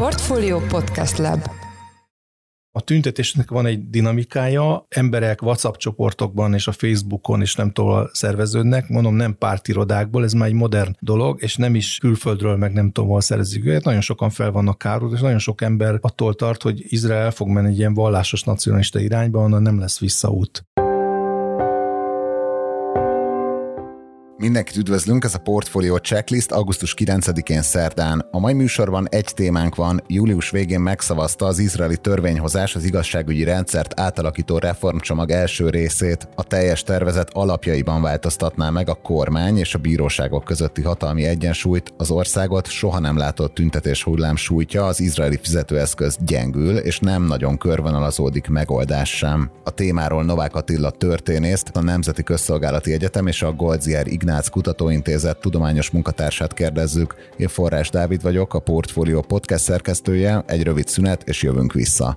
Portfolio Podcast Lab. A tüntetésnek van egy dinamikája, emberek WhatsApp csoportokban és a Facebookon is nem tudom, szerveződnek, mondom nem pártirodákból, ez már egy modern dolog, és nem is külföldről, meg nem tudom, hol szerezik őket, nagyon sokan fel vannak károlt, és nagyon sok ember attól tart, hogy Izrael fog menni egy ilyen vallásos nacionalista irányba, onnan nem lesz visszaút. Mindenkit üdvözlünk, ez a Portfolio Checklist augusztus 9-én szerdán. A mai műsorban egy témánk van, július végén megszavazta az izraeli törvényhozás az igazságügyi rendszert átalakító reformcsomag első részét. A teljes tervezet alapjaiban változtatná meg a kormány és a bíróságok közötti hatalmi egyensúlyt, az országot soha nem látott tüntetés hullám sújtja, az izraeli fizetőeszköz gyengül, és nem nagyon körvonalazódik megoldás sem. A témáról Novák Attila történészt, a Nemzeti Közszolgálati Egyetem és a Goldziher Ignác Kutatóintézet tudományos munkatársát kérdezzük. Én Forrás Dávid vagyok, a Portfolio podcast szerkesztője, egy rövid szünet, és jövünk vissza.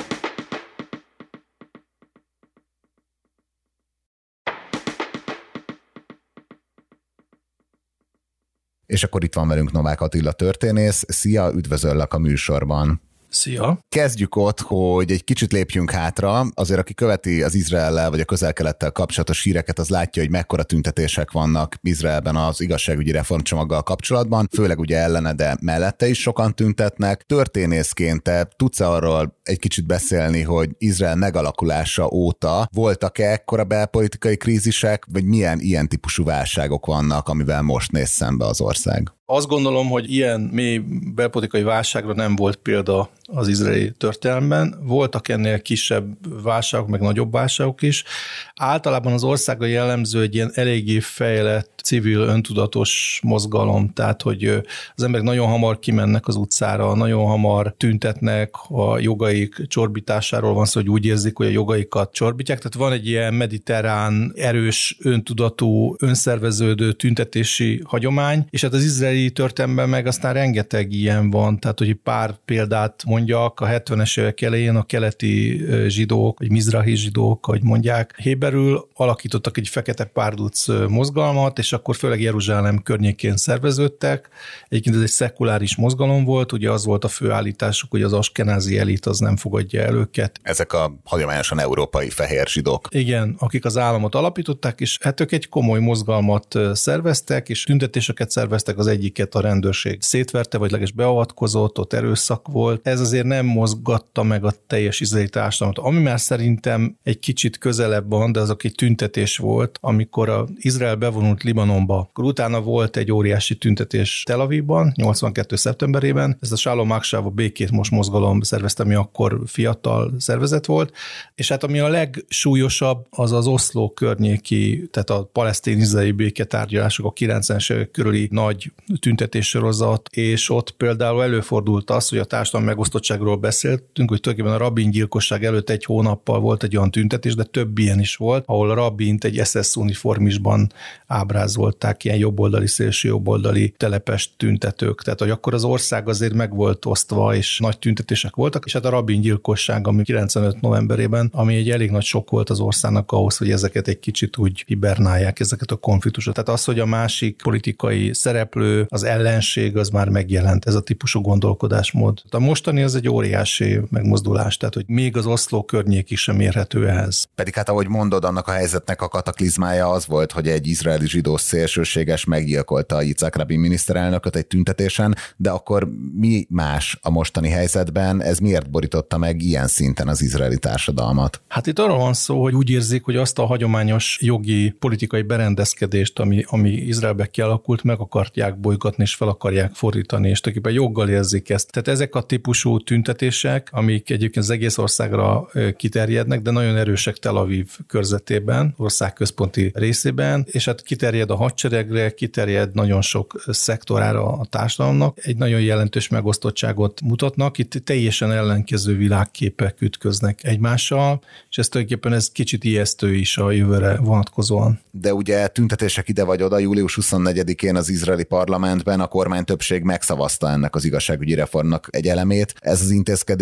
És akkor itt van velünk Novák Attila történész. Szia, üdvözöllek a műsorban. Szia! Kezdjük ott, hogy egy kicsit lépjünk hátra. Azért, aki követi az Izraellel vagy a Közel-Kelettel kapcsolatos híreket, az látja, hogy mekkora tüntetések vannak Izraelben az igazságügyi reformcsomaggal kapcsolatban, főleg ugye ellene, de mellette is sokan tüntetnek. Történészként te tudsz arról egy kicsit beszélni, hogy Izrael megalakulása óta voltak-e ekkora belpolitikai krízisek, vagy milyen ilyen típusú válságok vannak, amivel most néz szembe az ország? Azt gondolom, hogy ilyen mély belpolitikai válságra nem volt példa az izraeli történelemben. Voltak ennél kisebb válságok, meg nagyobb válságok is. Általában az országra jellemző egy ilyen eléggé fejlett civil öntudatos mozgalom, tehát hogy az emberek nagyon hamar kimennek az utcára, nagyon hamar tüntetnek, a jogaik csorbításáról van szó, hogy úgy érzik, hogy a jogaikat csorbítják. Tehát van egy ilyen mediterrán, erős, öntudatú, önszerveződő tüntetési hagyomány, és hát az izraeli történelemben meg aztán rengeteg ilyen van, tehát hogy pár példát mondjak, a 70-es évek elején a keleti zsidók, vagy mizrahi zsidók, ahogy mondják, héberül alakítottak egy fekete párduc mozgalmat, és akkor főleg Jeruzsálem környékén szerveződtek. Egyébként ez egy szekuláris mozgalom volt, ugye az volt a fő állításuk, hogy az askenázi elit az nem fogadja el őket. Ezek a hagyományosan európai fehér zsidók. Igen, akik az államot alapították, és hát ők egy komoly mozgalmat szerveztek, és tüntetéseket szerveztek, az egyiket a rendőrség szétverte, vagy legalábbis beavatkozott, ott erőszak volt. Ez azért nem mozgatta meg a teljes izraeli társadalmat. Ami már szerintem egy kicsit közelebb van, de az aki tüntetés volt, amikor az Izrael bevonult Libanonba. Akkor utána volt egy óriási tüntetés Tel Avivban, 82. szeptemberében. Ez a Shalom Achshav, a békét most mozgalom szervezte, ami akkor fiatal szervezet volt. És hát ami a legsúlyosabb, az az Oszló környéki, tehát a palesztin-izraeli béketárgyalások, a 90-es évek körüli nagy tüntetéssorozat, és ott például előfordult az, hogy a társadalmi megosztottságról beszéltünk, hogy tulajdonképpen a Rabin gyilkosság előtt egy hónappal volt egy olyan tüntetés, de több ilyen is volt, ahol a Rabint egy SS uniformisban ábrázolták, ilyen jobboldali, szélső jobboldali telepes tüntetők. Tehát, hogy akkor az ország azért meg volt osztva, és nagy tüntetések voltak, és hát a Rabin gyilkosság, ami 95 novemberében, ami egy elég nagy sok volt az országnak ahhoz, hogy ezeket egy kicsit úgy hibernálják, ezeket a konfliktusokat. Tehát az, hogy a másik politikai szereplő, az ellenség, az már megjelent, ez a típusú gondolkodásmód. A mostani az egy óriási megmozdulás, tehát hogy még az Oszló környék is sem érhető ehhez. Pedig hát ahogy mondod, annak a helyzetnek a kataklizmája az volt, hogy egy izraeli zsidó szélsőséges meggyilkolta Yitzhak Rabin miniszterelnököt egy tüntetésen, de akkor mi más a mostani helyzetben? Ez miért borította meg ilyen szinten az izraeli társadalmat? Hát itt arról van szó, hogy úgy érzik, hogy azt a hagyományos jogi politikai berendezkedést, ami Izraelbe kialakult, meg akarják bolygatni és fel akarják fordítani, és tulajdonképpen joggal érzik ezt. Tehát ezek a típusú tüntetések, amik egyébként az egész országra kiterjednek, de nagyon erősek Tel Aviv körzetében, ország központi részében, és hát kiterjed a hadseregre, kiterjed nagyon sok szektorára a társadalomnak, egy nagyon jelentős megosztottságot mutatnak, itt teljesen ellenkező világképek ütköznek egymással, és ez tulajdonképpen ez kicsit ijesztő is a jövőre vonatkozóan. De ugye tüntetések ide vagy oda, július 24-én az izraeli parlamentben a kormány többség megszavazta ennek az igazságügyi reformnak egy elemét. Ez az intézkedés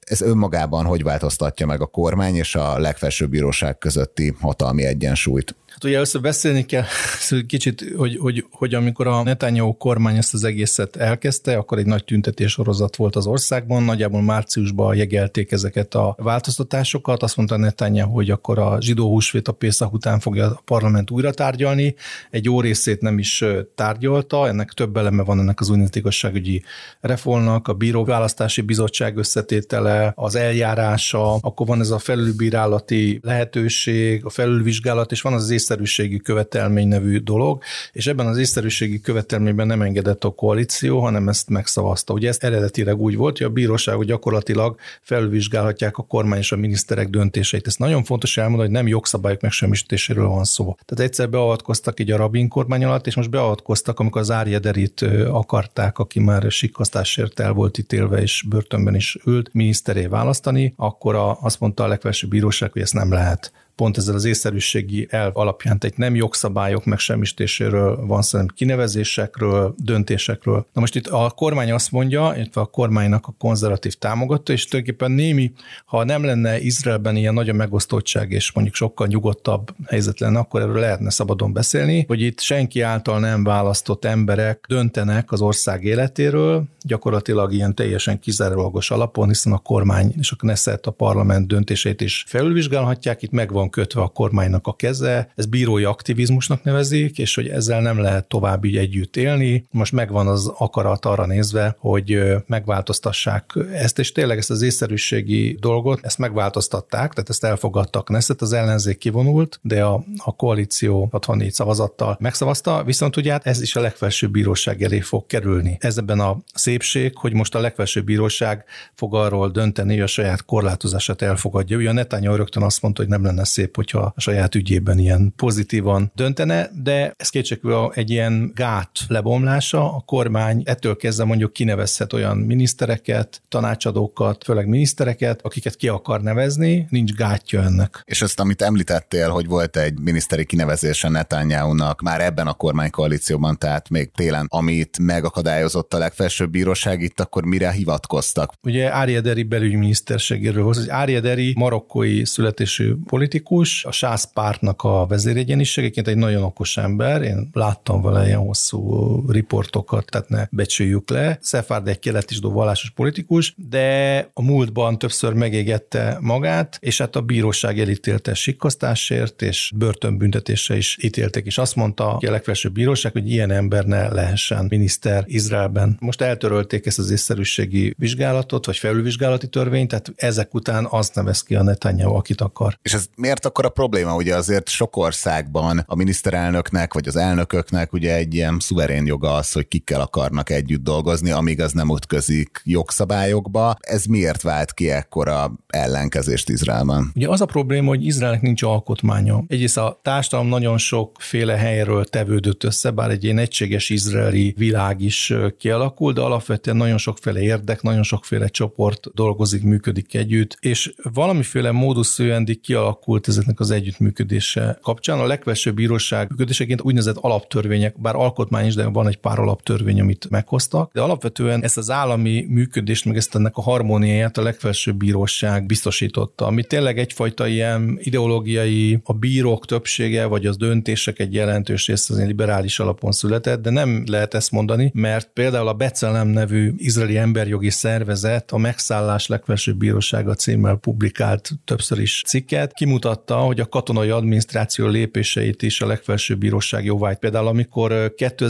Ez önmagában hogy változtatja meg a kormány és a legfelsőbb bíróság közötti hatalmi egyensúlyt? Hát ugye először beszélni kell kicsit, hogy amikor a Netanyahu kormány ezt az egészet elkezdte, akkor egy nagy tüntetés sorozat volt az országban, nagyjából márciusban jegelték ezeket a változtatásokat, azt mondta Netanyahu, hogy akkor a zsidó húsvét a Pészak után fogja a parlament újra tárgyalni, egy jó részét nem is tárgyalta, ennek több eleme van ennek az úgynevezett igazságügyi reformnak, a bíróválasztási bizottság összetétele, az eljárása, akkor van ez a felülbírálati lehetőség, a felülvizsgálat, és van az észszerűségi követelmény nevű dolog, és ebben az észszerűségi követelményben nem engedett a koalíció, hanem ezt megszavazta. Ugye ez eredetileg úgy volt, hogy a bíróságok gyakorlatilag felülvizsgálhatják a kormány és a miniszterek döntéseit. Ez nagyon fontos elmondani, hogy nem jogszabályok megsemmisítéséről van szó. Tehát egyszer beavatkoztak így a Rabin kormány alatt, és most beavatkoztak, amikor az Aryeh Derit akarták, aki már sikkasztásért el volt ítélve, és börtönben is ült, miniszteré választani, akkor azt mondta a legfelsőbb bíróság, hogy ezt nem lehet. Pont ezzel az észszerűségi elv alapján, tehát nem jogszabályok megsemmisítéséről van szó, hanem kinevezésekről, döntésekről. Na most itt a kormány azt mondja, illetve a kormánynak a konzervatív támogató, és tulajdonképpen némi, ha nem lenne Izraelben ilyen nagy a megosztottság, és mondjuk sokkal nyugodtabb helyzet lenne, akkor erről lehetne szabadon beszélni, hogy itt senki által nem választott emberek döntenek az ország életéről, gyakorlatilag ilyen teljesen kizárólagos alapon, hiszen a kormány és a Knesset, a parlament döntését is felülvizsgálhatják, itt meg van kötve a kormánynak a keze, ez bírói aktivizmusnak nevezik, és hogy ezzel nem lehet tovább így együtt élni. Most megvan az akarat arra nézve, hogy megváltoztassák ezt, és tényleg ezt az észszerűségi dolgot, ezt megváltoztatták, tehát ezt elfogadtak Knesset, az ellenzék kivonult, de a koalíció 64 szavazattal megszavazta, viszont ugye ez is a legfelsőbb bíróság elé fog kerülni. Ez ebben a szépség, hogy most a legfelsőbb bíróság fog arról dönteni, hogy a saját korlátozását elfogadja. Ugye a Netanyahu rögtön azt mondta, hogy nem lenne szép, hogyha a saját ügyében ilyen pozitívan döntene, de ez kétségkívül egy ilyen gát lebomlása, a kormány ettől kezdve mondjuk kinevezhet olyan minisztereket, tanácsadókat, főleg minisztereket, akiket ki akar nevezni, nincs gátja ennek. És azt, amit említettél, hogy volt egy miniszteri kinevezése Netanyahunak már ebben a kormánykoalícióban, tehát még télen, amit megakadályozott a legfelsőbb bíróság, itt akkor mire hivatkoztak? Ugye Aryeh Deri belügyminiszterségéről volt, hogy Aryeh Deri marokkói születésű politikus, a Sász pártnak a vezéregyeniségeként egy nagyon okos ember, én láttam vele ilyen hosszú riportokat, tehát ne becsüljük le. Szefárd egy keleti vallásos politikus, de a múltban többször megégette magát, és hát a bíróság elítélte sikkasztásért, és börtönbüntetésre is ítélték, és azt mondta a legfelsőbb bíróság, hogy ilyen ember ne lehessen miniszter Izraelben. Most eltörölték ezt az észszerűségi vizsgálatot, vagy felülvizsgálati törvényt, tehát ezek után azt nevez ki a Netanyahu, akit akar. És ez miért akkor a probléma? Ugye azért sok országban a miniszterelnöknek, vagy az elnököknek ugye egy ilyen szuverén joga az, hogy kikkel akarnak együtt dolgozni, amíg az nem ütközik jogszabályokba. Ez miért vált ki ekkora ellenkezést Izraelben? Ugye az a probléma, hogy Izraelnek nincs alkotmánya. Egyrészt a társadalom nagyon sokféle helyről tevődött össze, bár egy ilyen egységes izraeli világ is kialakul, de alapvetően nagyon sokféle érdek, nagyon sokféle csoport dolgozik, működik együtt, és valamiféle módusz vivendi kialakult ezeknek az együttműködése kapcsán. A legfelsőbb bíróság működéseként úgynevezett alaptörvények, bár alkotmány is, de van egy pár alaptörvény, amit meghoztak, de alapvetően ezt az állami működést, meg ezt ennek a harmóniáját a legfelsőbb bíróság biztosította, ami tényleg egyfajta ilyen ideológiai, a bírók többsége, vagy az döntések egy jelentős része az liberális alapon született, de nem lehet ezt mondani, mert például a B'Tselem nevű izraeli emberjogi szervezet a Megszállás legfelsőbb bírósága címmel publikált többször is cikket, kimutatta, hogy a katonai adminisztráció lépéseit is a legfelsőbb bíróság jóváhagyta. Például amikor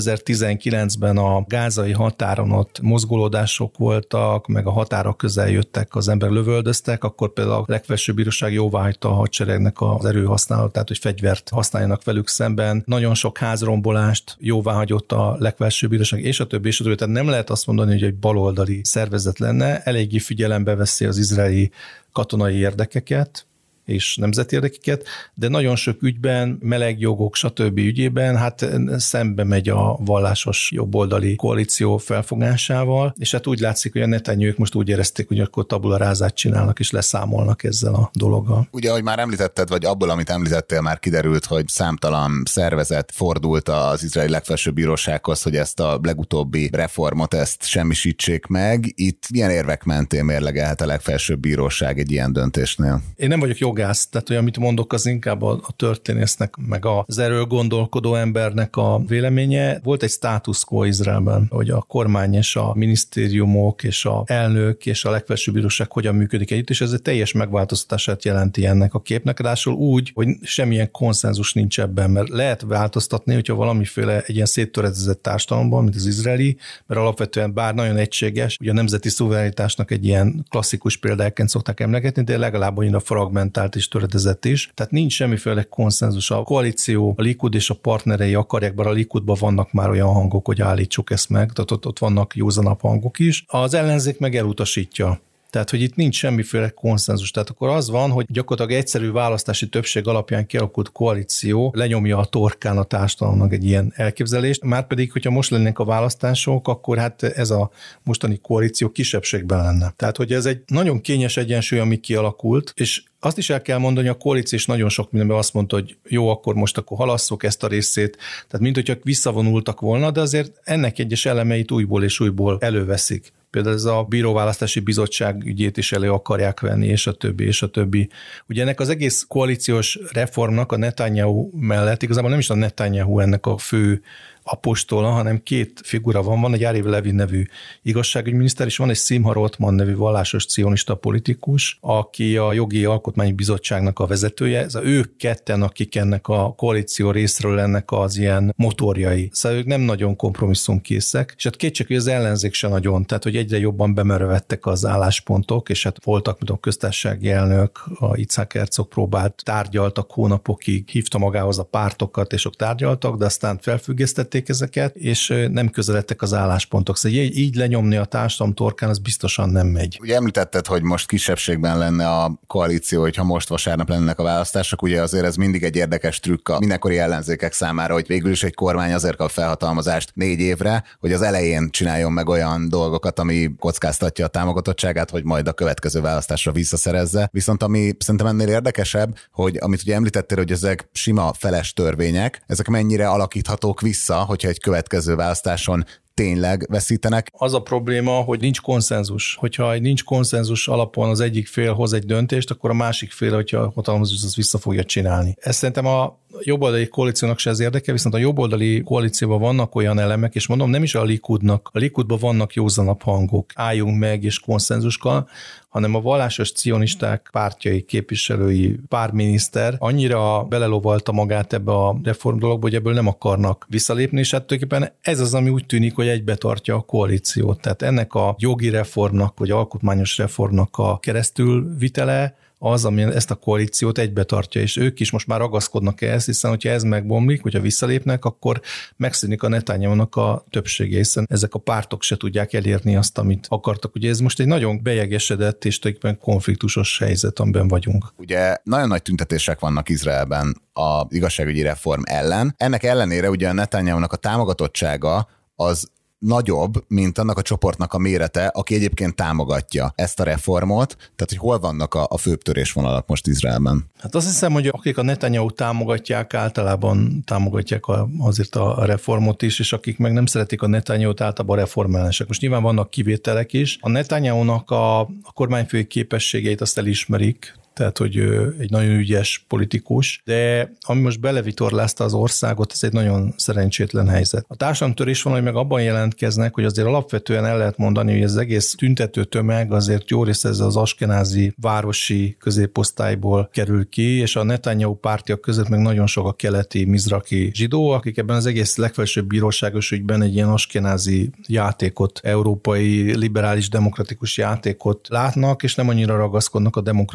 2019-ben a gázai határon ott mozgolódások voltak, meg a határok közel jöttek, az ember lövöldöztek, akkor például a legfelsőbb bíróság jóváhagyta a hadseregnek az erőhasználatát, hogy fegyvert használjanak velük szemben. Nagyon sok házrombolást jóváhagyott a legfelsőbb bíróság, és a többi, és a többi. Tehát nem lehet azt mondani, hogy egy baloldali szervezet lenne, eléggé figyelembe veszi az izraeli katonai érdekeket, és nemzeti érdekeket, de nagyon sok ügyben, melegjogok, stb. Ügyében hát szembe megy a vallásos jobboldali koalíció felfogásával, és hát úgy látszik, hogy a Netanyahuék most úgy érezték, hogy akkor tabula rását csinálnak és leszámolnak ezzel a dologgal. Ugye, ahogy már említetted, vagy abból, amit említettél, már kiderült, hogy számtalan szervezet fordult az izraeli legfelsőbb bírósághoz, hogy ezt a legutóbbi reformot, ezt semmisítsék meg. Itt milyen érvek mentén mérlegelhet a legfelsőbb bíróság egy ilyen döntésnél? Én nem vagyok jogász, tehát hogy amit mondok, az inkább a történésznek, meg az erről gondolkodó embernek a véleménye. Volt egy status quo Izraelben, hogy a kormány és a minisztériumok és a elnök és a legfelsőbb bíróság hogyan működik együtt, és ez egy teljes megváltoztatását jelenti ennek a képnek, ráadásul úgy, hogy semmilyen konszenzus nincs ebben, mert lehet változtatni, hogyha valamiféle egy ilyen széttöredezett társadalomban, mint az izraeli, mert alapvetően bár nagyon egységes, ugye a nemzeti szuverenitásnak egy ilyen klasszikus példáként szokták emlegetni, de legalább annyira fragmentált és töredezett is. Tehát nincs semmiféle konszenzus. A koalíció, a Likud és a partnerei akarják, bár a Likudban vannak már olyan hangok, hogy állítsuk ezt meg, tehát ott vannak józanabb hangok is. Az ellenzék meg elutasítja. Tehát, hogy itt nincs semmiféle konszenzus. Tehát akkor az van, hogy gyakorlatilag egyszerű választási többség alapján kialakult koalíció lenyomja a torkán a társadalomnak egy ilyen elképzelést. Márpedig, hogyha most lennének a választások, akkor hát ez a mostani koalíció kisebbségben lenne. Tehát, hogy ez egy nagyon kényes egyensúly, ami kialakult, és azt is el kell mondani, a koalíció is nagyon sok mindenben azt mondta, hogy jó, akkor most akkor halasszuk ezt a részét. Tehát mint hogyha visszavonultak volna, de azért ennek egyes elemeit újból és újból előveszik. Például ez a bíróválasztási bizottság ügyét is elő akarják venni, és a többi, és a többi. Ugye ennek az egész koalíciós reformnak a Netanyahu mellett, igazából nem is a Netanyahu ennek a fő apostola, hanem két figura van egy Yariv Levin nevű igazságügyminiszter, és van egy Simha Rothman nevű vallásos cionista politikus, aki a jogi alkotmányi bizottságnak a vezetője. Ez ők ketten, akik ennek a koalíció részről ennek az ilyen motorjai. Szóval ők nem nagyon kompromisszumkészek, és hát kétség, hogy az ellenzék se nagyon, tehát hogy egyre jobban bemerövettek az álláspontok, és hát voltak, mint a köztársasági elnök, a Yitzhak Herzog próbált, tárgyaltak hónapokig, hívta magához a pártokat, és ők tárgyaltak, de aztán felfüggesztették ezeket, és nem közeledtek az álláspontok. Szóval így lenyomni a társadalom torkán, az biztosan nem megy. Ugye említetted, hogy most kisebbségben lenne a koalíció, hogyha most vasárnap lennének a választások, ugye azért ez mindig egy érdekes trükk a mindenkori ellenzékek számára, hogy végül is egy kormány azért kap felhatalmazást 4 évre, hogy az elején csináljon meg olyan dolgokat, ami kockáztatja a támogatottságát, hogy majd a következő választásra visszaszerezze. Viszont ami szerintem ennél érdekesebb, hogy amit ugye említettél, hogy ezek sima feles törvények, ezek mennyire alakíthatók vissza, hogyha egy következő választáson tényleg veszítenek. Az a probléma, hogy nincs konszenzus. Hogyha nincs konszenzus alapon az egyik fél hoz egy döntést, akkor a másik fél, hogyha hatalmas, az vissza fogja csinálni. Ezt szerintem a jobboldali koalíciónak se ez érdeke, viszont a jobboldali koalícióban vannak olyan elemek, és mondom, nem is a Likudnak. A Likudban vannak józanabb hangok, álljunk meg és konszenzuskal, hanem a vallásos cionisták pártjai, képviselői, pár miniszter annyira belelovalta magát ebbe a reform dologba, hogy ebből nem akarnak visszalépni, és hát tulajdonképpen ez az, ami úgy tűnik, hogy egybe tartja a koalíciót. Tehát ennek a jogi reformnak, vagy alkotmányos reformnak a keresztülvitele az, ami ezt a koalíciót egybe tartja, és ők is most már ragaszkodnak ehhez, hiszen hogyha ez megbomlik, hogyha visszalépnek, akkor megszűnik a Netanyahunak a többsége, hiszen ezek a pártok se tudják elérni azt, amit akartak. Ugye ez most egy nagyon bejegesedett és tulajdonképpen konfliktusos helyzet, amiben vagyunk. Ugye nagyon nagy tüntetések vannak Izraelben az igazságügyi reform ellen. Ennek ellenére ugye a Netanyahunak a támogatottsága az nagyobb, mint annak a csoportnak a mérete, aki egyébként támogatja ezt a reformot, tehát hogy hol vannak a főbb törésvonalak most Izraelben? Hát azt hiszem, hogy akik a Netanyahu támogatják, általában támogatják azért a reformot is, és akik meg nem szeretik a Netanyahut, általában reformellenesek. Most nyilván vannak kivételek is. A Netanyahunak a kormányfői képességeit azt elismerik, tehát, hogy egy nagyon ügyes politikus, de ami most belevitorlázta az országot, ez egy nagyon szerencsétlen helyzet. A társadalomtörés van, hogy meg abban jelentkeznek, hogy azért alapvetően el lehet mondani, hogy az egész tüntető tömeg azért jó része ez az askenázi városi középosztályból kerül ki, és a Netanyahu pártiak között meg nagyon sok a keleti, mizraki zsidó, akik ebben az egész legfelsőbb bíróságos ügyben egy ilyen askenázi játékot, európai liberális demokratikus játékot látnak, és nem annyira ragaszkodnak a demokratikus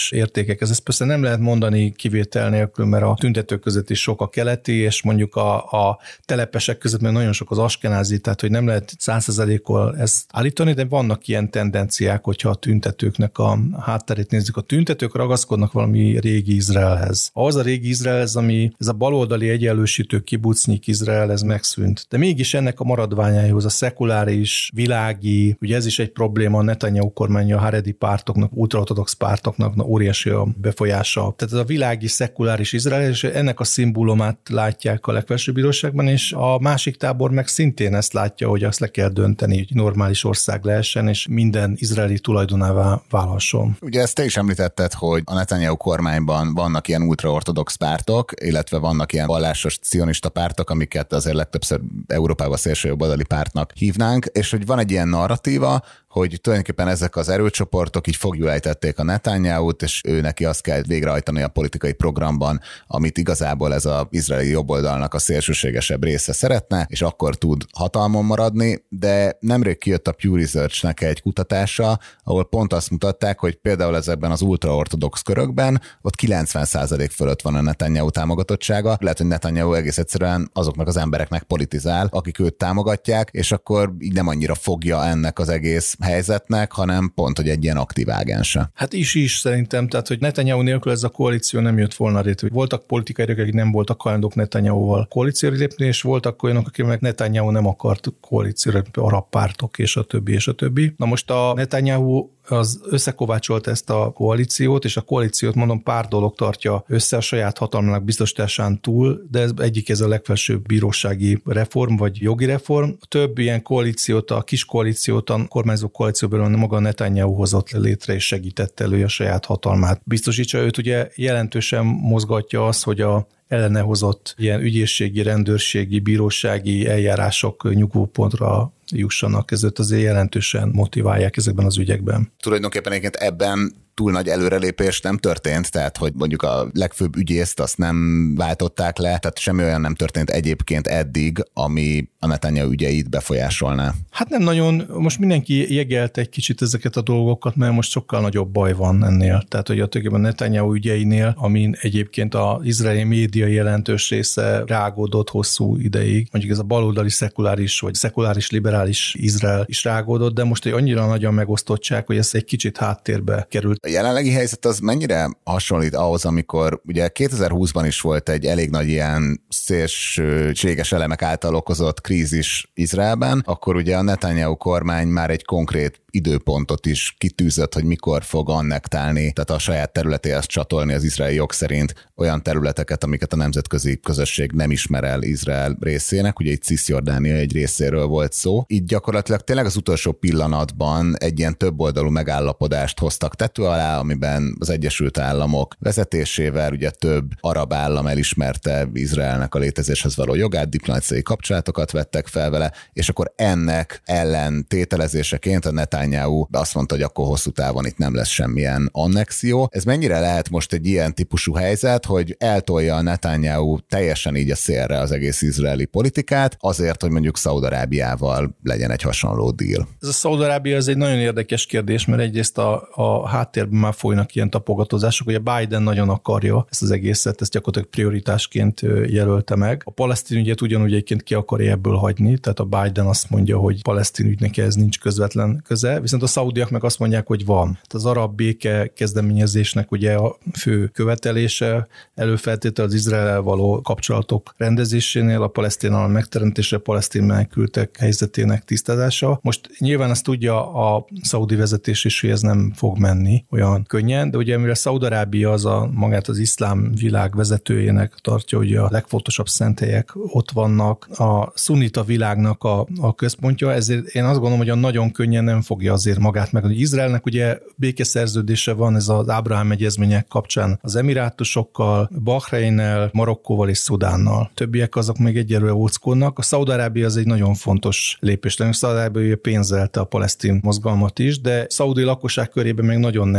liberális értékek. Ez persze nem lehet mondani kivétel nélkül, mert a tüntetők között is sok a keleti, és mondjuk a telepesek között mert nagyon sok az askenázi, tehát hogy nem lehet 100%-kal ezt állítani, de vannak ilyen tendenciák, hogyha a tüntetőknek a hátterét nézzük. A tüntetők ragaszkodnak valami régi Izraelhez. Az a régi Izraelhez, ami ez a baloldali egyenlősítő kibucnyik Izrael, ez megszűnt. De mégis ennek a maradványához a szekuláris, világi, ugye ez is egy probléma, a Netanyahu kormánya, a haredi pártoknak, ultraortodox pártoknak óriási a befolyása. Tehát ez a világi, szekuláris Izrael, és ennek a szimbólumát látják a legfelsőbb bíróságban, és a másik tábor meg szintén ezt látja, hogy azt le kell dönteni, hogy normális ország lehessen, és minden izraeli tulajdonává válhasson. Ugye ezt te is említetted, hogy a Netanyahu kormányban vannak ilyen ultraortodox pártok, illetve vannak ilyen vallásos cionista pártok, amiket azért legtöbbször Európában szélsőjobboldali pártnak hívnánk, és hogy van egy ilyen narratíva, hogy tulajdonképpen ezek az erőcsoportok így foglyul ejtették a Netanyahut, és ő neki azt kell végrehajtani a politikai programban, amit igazából ez az izraeli jobboldalnak a szélsőségesebb része szeretne, és akkor tud hatalmon maradni, de nemrég kijött a Pew Research-nek egy kutatása, ahol pont azt mutatták, hogy például ezekben az ultraortodox körökben ott 90% fölött van a Netanyahu támogatottsága. Lehet, hogy Netanyahu egész egyszerűen azoknak az embereknek politizál, akik őt támogatják, és akkor így nem annyira fogja ennek az egész helyzetnek, hanem pont, hogy egy ilyen aktív ágense. Hát is szerintem, tehát, hogy Netanyahu nélkül ez a koalíció nem jött volna létre. Voltak politikai erők, akik nem voltak hajlandók Netanyahuval koalícióra lépni, és voltak olyanok, akik meg Netanyahu nem akart koalícióra, arab pártok, és a többi, és a többi. Na most a Netanyahu az összekovácsolt ezt a koalíciót, és a koalíciót mondom pár dolog tartja össze a saját hatalmának biztosításán túl, de ez a legfelsőbb bírósági reform, vagy jogi reform. Több ilyen koalíciót, a kis koalíciót, a kormányzó koalícióban maga Netanyahu hozott létre, és segítette elő a saját hatalmát. Biztosítsa őt ugye jelentősen mozgatja az, hogy a ellene hozott ilyen ügyészségi, rendőrségi, bírósági eljárások nyugvópontra jussanak, ezért azért jelentősen motiválják ezekben az ügyekben. Tulajdonképpen egyébként ebben túl nagy előrelépés nem történt, tehát hogy mondjuk a legfőbb ügyészt azt nem váltották le, tehát semmi olyan nem történt egyébként eddig, ami a Netanyahu ügyeit befolyásolná. Hát nem nagyon, most mindenki jegelt egy kicsit ezeket a dolgokat, mert most sokkal nagyobb baj van ennél. Tehát, hogy a Netanyahu ügyeinél, amin egyébként az izraeli média jelentős része rágódott hosszú ideig, mondjuk ez a baloldali szekuláris, vagy szekuláris liberális Izrael is rágódott, de most egy annyira nagy a megosztottság, hogy ez egy kicsit háttérbe került. A jelenlegi helyzet az mennyire hasonlít ahhoz, amikor ugye 2020-ban is volt egy elég nagy ilyen szélsőséges elemek által okozott krízis Izraelben, akkor ugye a Netanyahu kormány már egy konkrét időpontot is kitűzött, hogy mikor fog annektálni, tehát a saját területéhez csatolni az izraeli jog szerint olyan területeket, amiket a nemzetközi közösség nem ismer el Izrael részének, ugye itt Cisjordánia egy részéről volt szó. Így gyakorlatilag tényleg az utolsó pillanatban egy ilyen többoldalú megállapodást hoztak tető alá, amiben az Egyesült Államok vezetésével ugye több arab állam elismerte Izraelnek a létezéshez való jogát, diplomáciai kapcsolatokat vettek fel vele, és akkor ennek ellentételezéseként a Netanyahu azt mondta, hogy akkor hosszú távon itt nem lesz semmilyen annexió. Ez mennyire lehet most egy ilyen típusú helyzet, hogy eltolja a Netanyahu teljesen így a szélre az egész izraeli politikát, azért, hogy mondjuk Szaúd-Arábiával legyen egy hasonló deal? Ez a Szaúd-Arábia ez egy nagyon érdekes kérdés, mert egyrészt a háttérben már folynak ilyen tapogatozások, hogy a Biden nagyon akarja ezt az egészet, ezt gyakorlatilag prioritásként jelölte meg. A palesztin ügyet ugyanúgy egyébként ki akarja ebből hagyni, tehát a Biden azt mondja, hogy palesztin ügynek ez nincs közvetlen köze, viszont a szaudiak meg azt mondják, hogy van. Tehát az arab béke kezdeményezésnek ugye a fő követelése, előfeltétel az Izraellel való kapcsolatok rendezésénél, a palesztin állam megteremtése, a palesztin menekültek helyzetének tisztázása. Most nyilván azt tudja a szaudi vezetés is, hogy ez nem fog menni olyan könnyen, de ugye mire Szaúd-Arábia az magát az iszlám világ vezetőjének tartja, hogy a legfontosabb szentélyek ott vannak, a szunnita világnak a központja, ezért én azt gondolom, hogy a nagyon könnyen nem fogja azért magát megadni. Izraelnek ugye békeszerződése van, ez az Ábrahám egyezmények kapcsán az Emirátusokkal, Bahreinnel, Marokkóval és Szudánnal. Többiek azok még egyelőre óckodnak. A Szaúd-Arábia az egy nagyon fontos lépés. A Szaúd-Arábia pénzelte a palesztin mozgalmat is, de szaudi lakosság körében még nagyon nem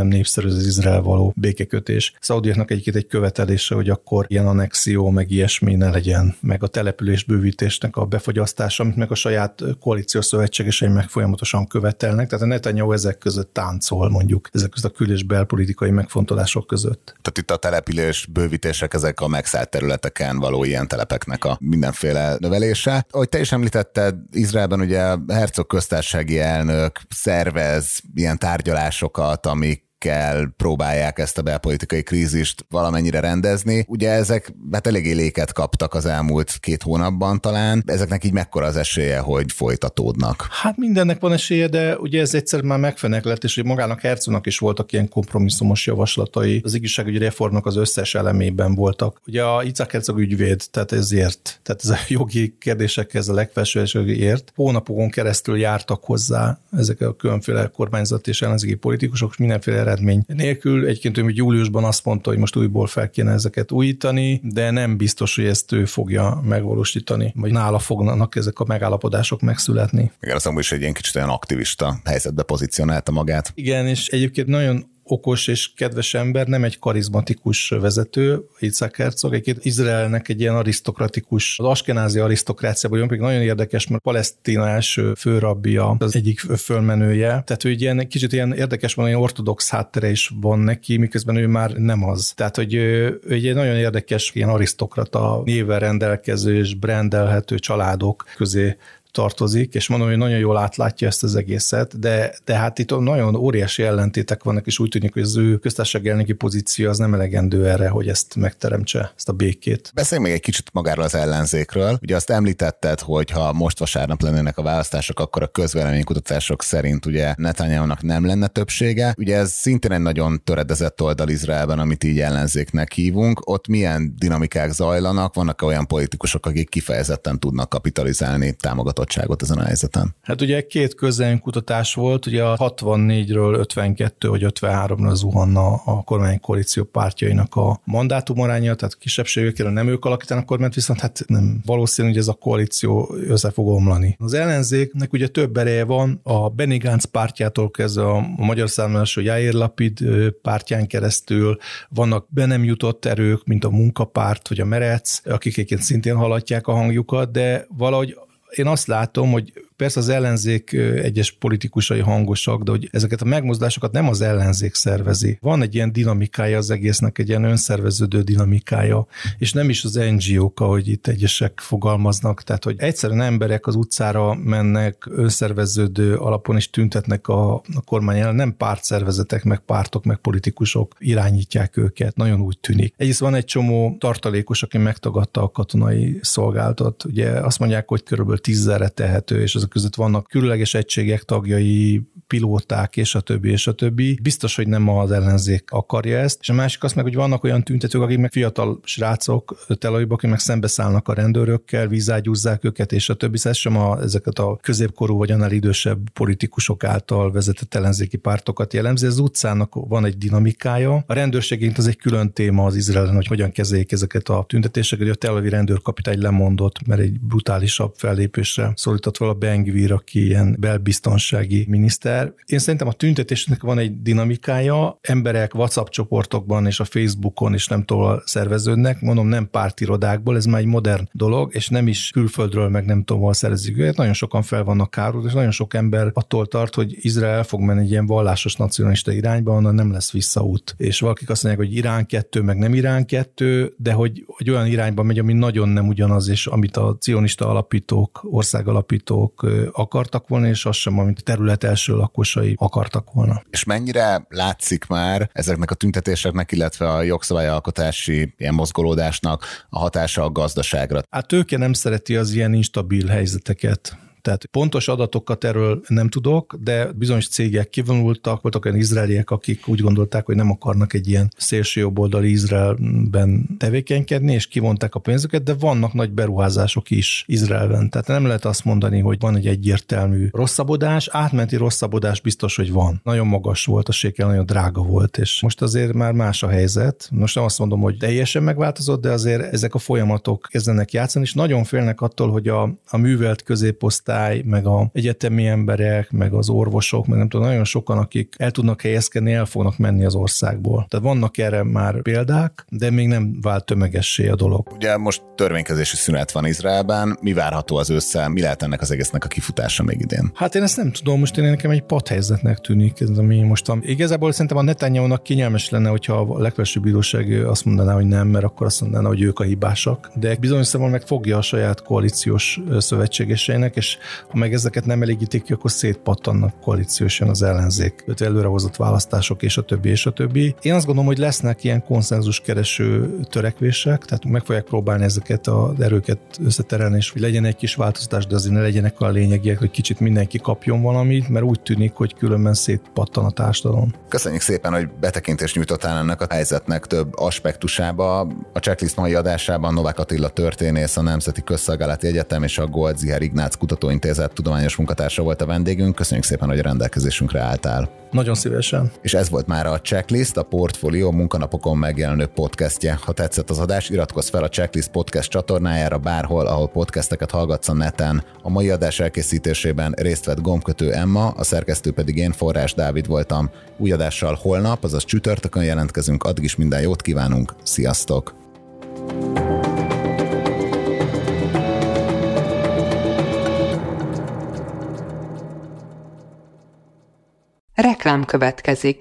nem népszerű az Izrael való békekötés. Szaudiaknak egy követelése, hogy akkor ilyen annexió, meg ilyesmi ne legyen, meg a település bővítésnek a befagyasztása, amit meg a saját koalíciós szövetségesei meg folyamatosan követelnek. Tehát a Netanyahu ezek között táncol, mondjuk, ezek között a kül- és belpolitikai megfontolások között. Tehát itt a település bővítések, ezek a megszállt területeken való ilyen telepeknek a mindenféle növelése. Ahogy te is említetted, Izraelben ugye Herzog köztársasági elnök szervez ilyen tárgyalásokat, amik próbálják ezt a belpolitikai krízist valamennyire rendezni. Ugye ezek eléggé léket kaptak az elmúlt 2 hónapban talán. Ezeknek így mekkora az esélye, hogy folytatódnak? Hát mindennek van esélye, de ugye ez egyszer már megfeneklett, és magának Herzognak is voltak ilyen kompromisszumos javaslatai. Az igazságügyi reformnak az összes elemében voltak. Ugye a Yitzhak Herzog ügyvéd, tehát ezért, tehát ez a jogi kérdésekhez a legfelső ért. Hónapokon keresztül jártak hozzá ezek a különféle kormányzati és ellenzéki politikusok, mindenféle eredmény nélkül. Egyébként hogy júliusban azt mondta, hogy most újból fel kéne ezeket újítani, de nem biztos, hogy ezt ő fogja megvalósítani, vagy nála fognak ezek a megállapodások megszületni. Igen, azt mondom, hogy egy ilyen kicsit olyan aktivista helyzetbe pozícionálta magát. Igen, és egyébként nagyon okos és kedves ember, nem egy karizmatikus vezető, Yitzhak Herzog, egyébként Izraelnek egy ilyen arisztokratikus, az askenázi arisztokráciában, pedig nagyon érdekes, mert Palesztina első főrabbija, az egyik fölmenője, tehát ő ilyen kicsit ilyen érdekes, van, ilyen ortodox háttere is van neki, miközben ő már nem az. Tehát, hogy ő egy nagyon érdekes ilyen arisztokrata névvel rendelkező és brandelhető családok közé tartozik, és mondom, hogy nagyon jól átlátja ezt az egészet, de hát itt nagyon óriási ellentétek vannak, és úgy tűnik, hogy az ő köztársasági elnöki pozíció az nem elegendő erre, hogy ezt megteremtse, ezt a békét. Beszéljünk még egy kicsit magáról az ellenzékről. Ugye azt említetted, hogy ha most vasárnap lennének a választások, akkor a közvéleménykutatások szerint ugye Netanyahunak nem lenne többsége. Ugye ez szintén egy nagyon töredezett oldal Izraelben, amit így ellenzéknek hívunk. Ott milyen dinamikák zajlanak? Vannak olyan politikusok, akik kifejezetten tudnak kapitalizálni támogatott ezen a helyzeten? Hát ugye 2 közvéleménykutatás volt, ugye a 64-ről 52 vagy 53-ra zuhanna a kormánykoalíció pártjainak a mandátumaránya, tehát kisebbségekre nem ők alakítanak a kormányt, viszont hát nem valószínű, hogy ez a koalíció össze fog omlani. Az ellenzéknek ugye több ereje van, a Benny Gantz pártjától kezdve a magyar származású Yair Lapid pártján keresztül vannak be nem jutott erők, mint a Munkapárt vagy a Meretz, akik egyébként szintén hallatják a hangjukat, de valahogy én azt látom, hogy persze az ellenzék egyes politikusai hangosak, de hogy ezeket a megmozdulásokat nem az ellenzék szervezi. Van egy ilyen dinamikája az egésznek, egy ilyen önszerveződő dinamikája, és nem is az NGO-k, ahogy itt egyesek fogalmaznak, tehát hogy egyszerűen emberek az utcára mennek, önszerveződő alapon is tüntetnek a kormány ellen, nem pártszervezetek, meg pártok, meg politikusok irányítják őket, nagyon úgy tűnik. Egyrészt van egy csomó tartalékos, aki megtagadta a katonai szolgálatot. Ugye azt mondják, hogy körülbelül 10-re tehető, és azok között vannak különleges egységek tagjai, pilóták, és a többi, és a többi. Biztos, hogy nem az ellenzék akarja ezt. És a másik az meg, hogy vannak olyan tüntetők, akik meg fiatal srácok, Tel Avivban, akik meg szembeszállnak a rendőrökkel, vízágyúzzák őket, és a többi. Ez sem ezeket a középkorú vagy annál idősebb politikusok által vezetett ellenzéki pártokat jellemzi. Az utcának van egy dinamikája. A rendőrségként az egy külön téma az Izraelen, hogy hogyan kezeljék ezeket a tüntetéseket. A Tel Aviv rendőrkapitány lemondott, mert egy brutálisabb fellépésre szólított vala Ben-Gvir, aki ilyen belbiztonsági miniszter. Én szerintem a tüntetésnek van egy dinamikája, emberek WhatsApp csoportokban és a Facebookon is nem tudom szerveződnek, mondom nem pártirodákból, ez már egy modern dolog, és nem is külföldről meg nem tudom hol szervezik őket, nagyon sokan fel vannak károlt, és nagyon sok ember attól tart, hogy Izrael fog menni egy ilyen vallásos nacionalista irányba, onnan nem lesz visszaút. És valakik azt mondják, hogy Irán 2, meg nem Irán 2, de hogy olyan irányba megy, ami nagyon nem ugyanaz, és amit a cionista alapítók, országalapítók akartak volna, és az sem, amit a terület első lakosai akartak volna. És mennyire látszik már ezeknek a tüntetéseknek, illetve a jogszabályalkotási ilyen mozgolódásnak a hatása a gazdaságra? Hát tőke nem szereti az ilyen instabil helyzeteket. Tehát pontos adatokat erről nem tudok, de bizonyos cégek kivonultak, voltak olyan izraeliek, akik úgy gondolták, hogy nem akarnak egy ilyen szélsőjobboldali Izraelben tevékenykedni, és kivonták a pénzüket, de vannak nagy beruházások is Izraelben. Tehát nem lehet azt mondani, hogy van egy egyértelmű rosszabbodás, átmeneti rosszabbodás biztos, hogy van. Nagyon magas volt a sékel, nagyon drága volt, és most azért már más a helyzet. Most nem azt mondom, hogy teljesen megváltozott, de azért ezek a folyamatok kezdenek játszani, és nagyon félnek attól, hogy a művelt középosztály korosztály, meg az egyetemi emberek, meg az orvosok, meg nem tudom, nagyon sokan, akik el tudnak helyezkedni, el fognak menni az országból. Tehát vannak erre már példák, de még nem vált tömegessé a dolog. Ugye most törvénykezési szünet van Izraelben, mi várható az ősszel, mi lehet ennek az egésznek a kifutása még idén? Hát én ezt nem tudom, most nekem egy padhelyzetnek tűnik, ez ami most van. Igazából szerintem a Netanyahu-nak kényelmes lenne, hogyha a legfelsőbb bíróság azt mondaná, hogy nem, mert akkor azt mondaná, hogy ők a hibásak. De bizonyos szemben meg fogja a saját koalíciós szövetségeseinek, és ha meg ezeket nem elégítik ki, akkor szétpattannak koalíciósan az ellenzék, előrehozott választások és a többi és a többi. Én azt gondolom, hogy lesznek ilyen konszenzuskereső törekvések, tehát meg fogják próbálni ezeket az erőket összeterelni, és hogy legyen egy kis változtatás, de azért ne legyenek a lényegiek, hogy kicsit mindenki kapjon valamit, mert úgy tűnik, hogy különben szétpattan a társadalom. Köszönjük szépen, hogy betekintést nyújtottál ennek a helyzetnek több aspektusába. A Checklist mai adásában Novák Attila történész, a Nemzeti Közszolgálati Egyetem és a Gold-Ziher Ignác Kutatóintézet tudományos munkatársa volt a vendégünk. Köszönjük szépen, hogy a rendelkezésünkre álltál. Nagyon szívesen. És ez volt már a Checklist, a Portfolio munkanapokon megjelenő podcastje. Ha tetszett az adás, iratkozz fel a Checklist podcast csatornájára bárhol, ahol podcasteket hallgatsz a neten. A mai adás elkészítésében részt vett gombkötő Emma, a szerkesztő pedig én, Forrás Dávid voltam. Új adással holnap, azaz csütörtökön jelentkezünk, addig is minden jót kívánunk. Sziasztok! Reklám következik.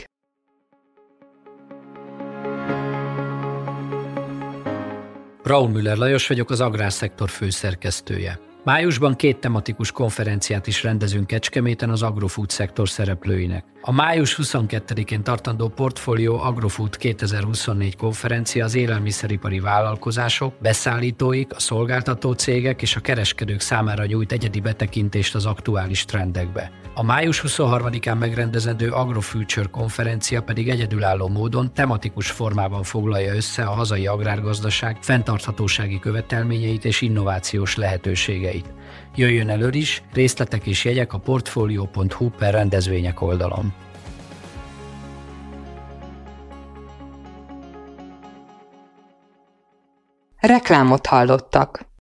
Braun Müller Lajos vagyok, az Agrárszektor főszerkesztője. Májusban 2 tematikus konferenciát is rendezünk Kecskeméten az agrofood szektor szereplőinek. A május 22-én tartandó Portfolio Agrofood 2024 konferencia az élelmiszeripari vállalkozások, beszállítóik, a szolgáltató cégek és a kereskedők számára nyújt egyedi betekintést az aktuális trendekbe. A május 23-án megrendezendő AgroFuture konferencia pedig egyedülálló módon tematikus formában foglalja össze a hazai agrárgazdaság fenntarthatósági követelményeit és innovációs lehetőségeit. Jöjjön elő is, részletek és jegyek a portfolio.hu/rendezvények oldalon. Reklámot hallottak.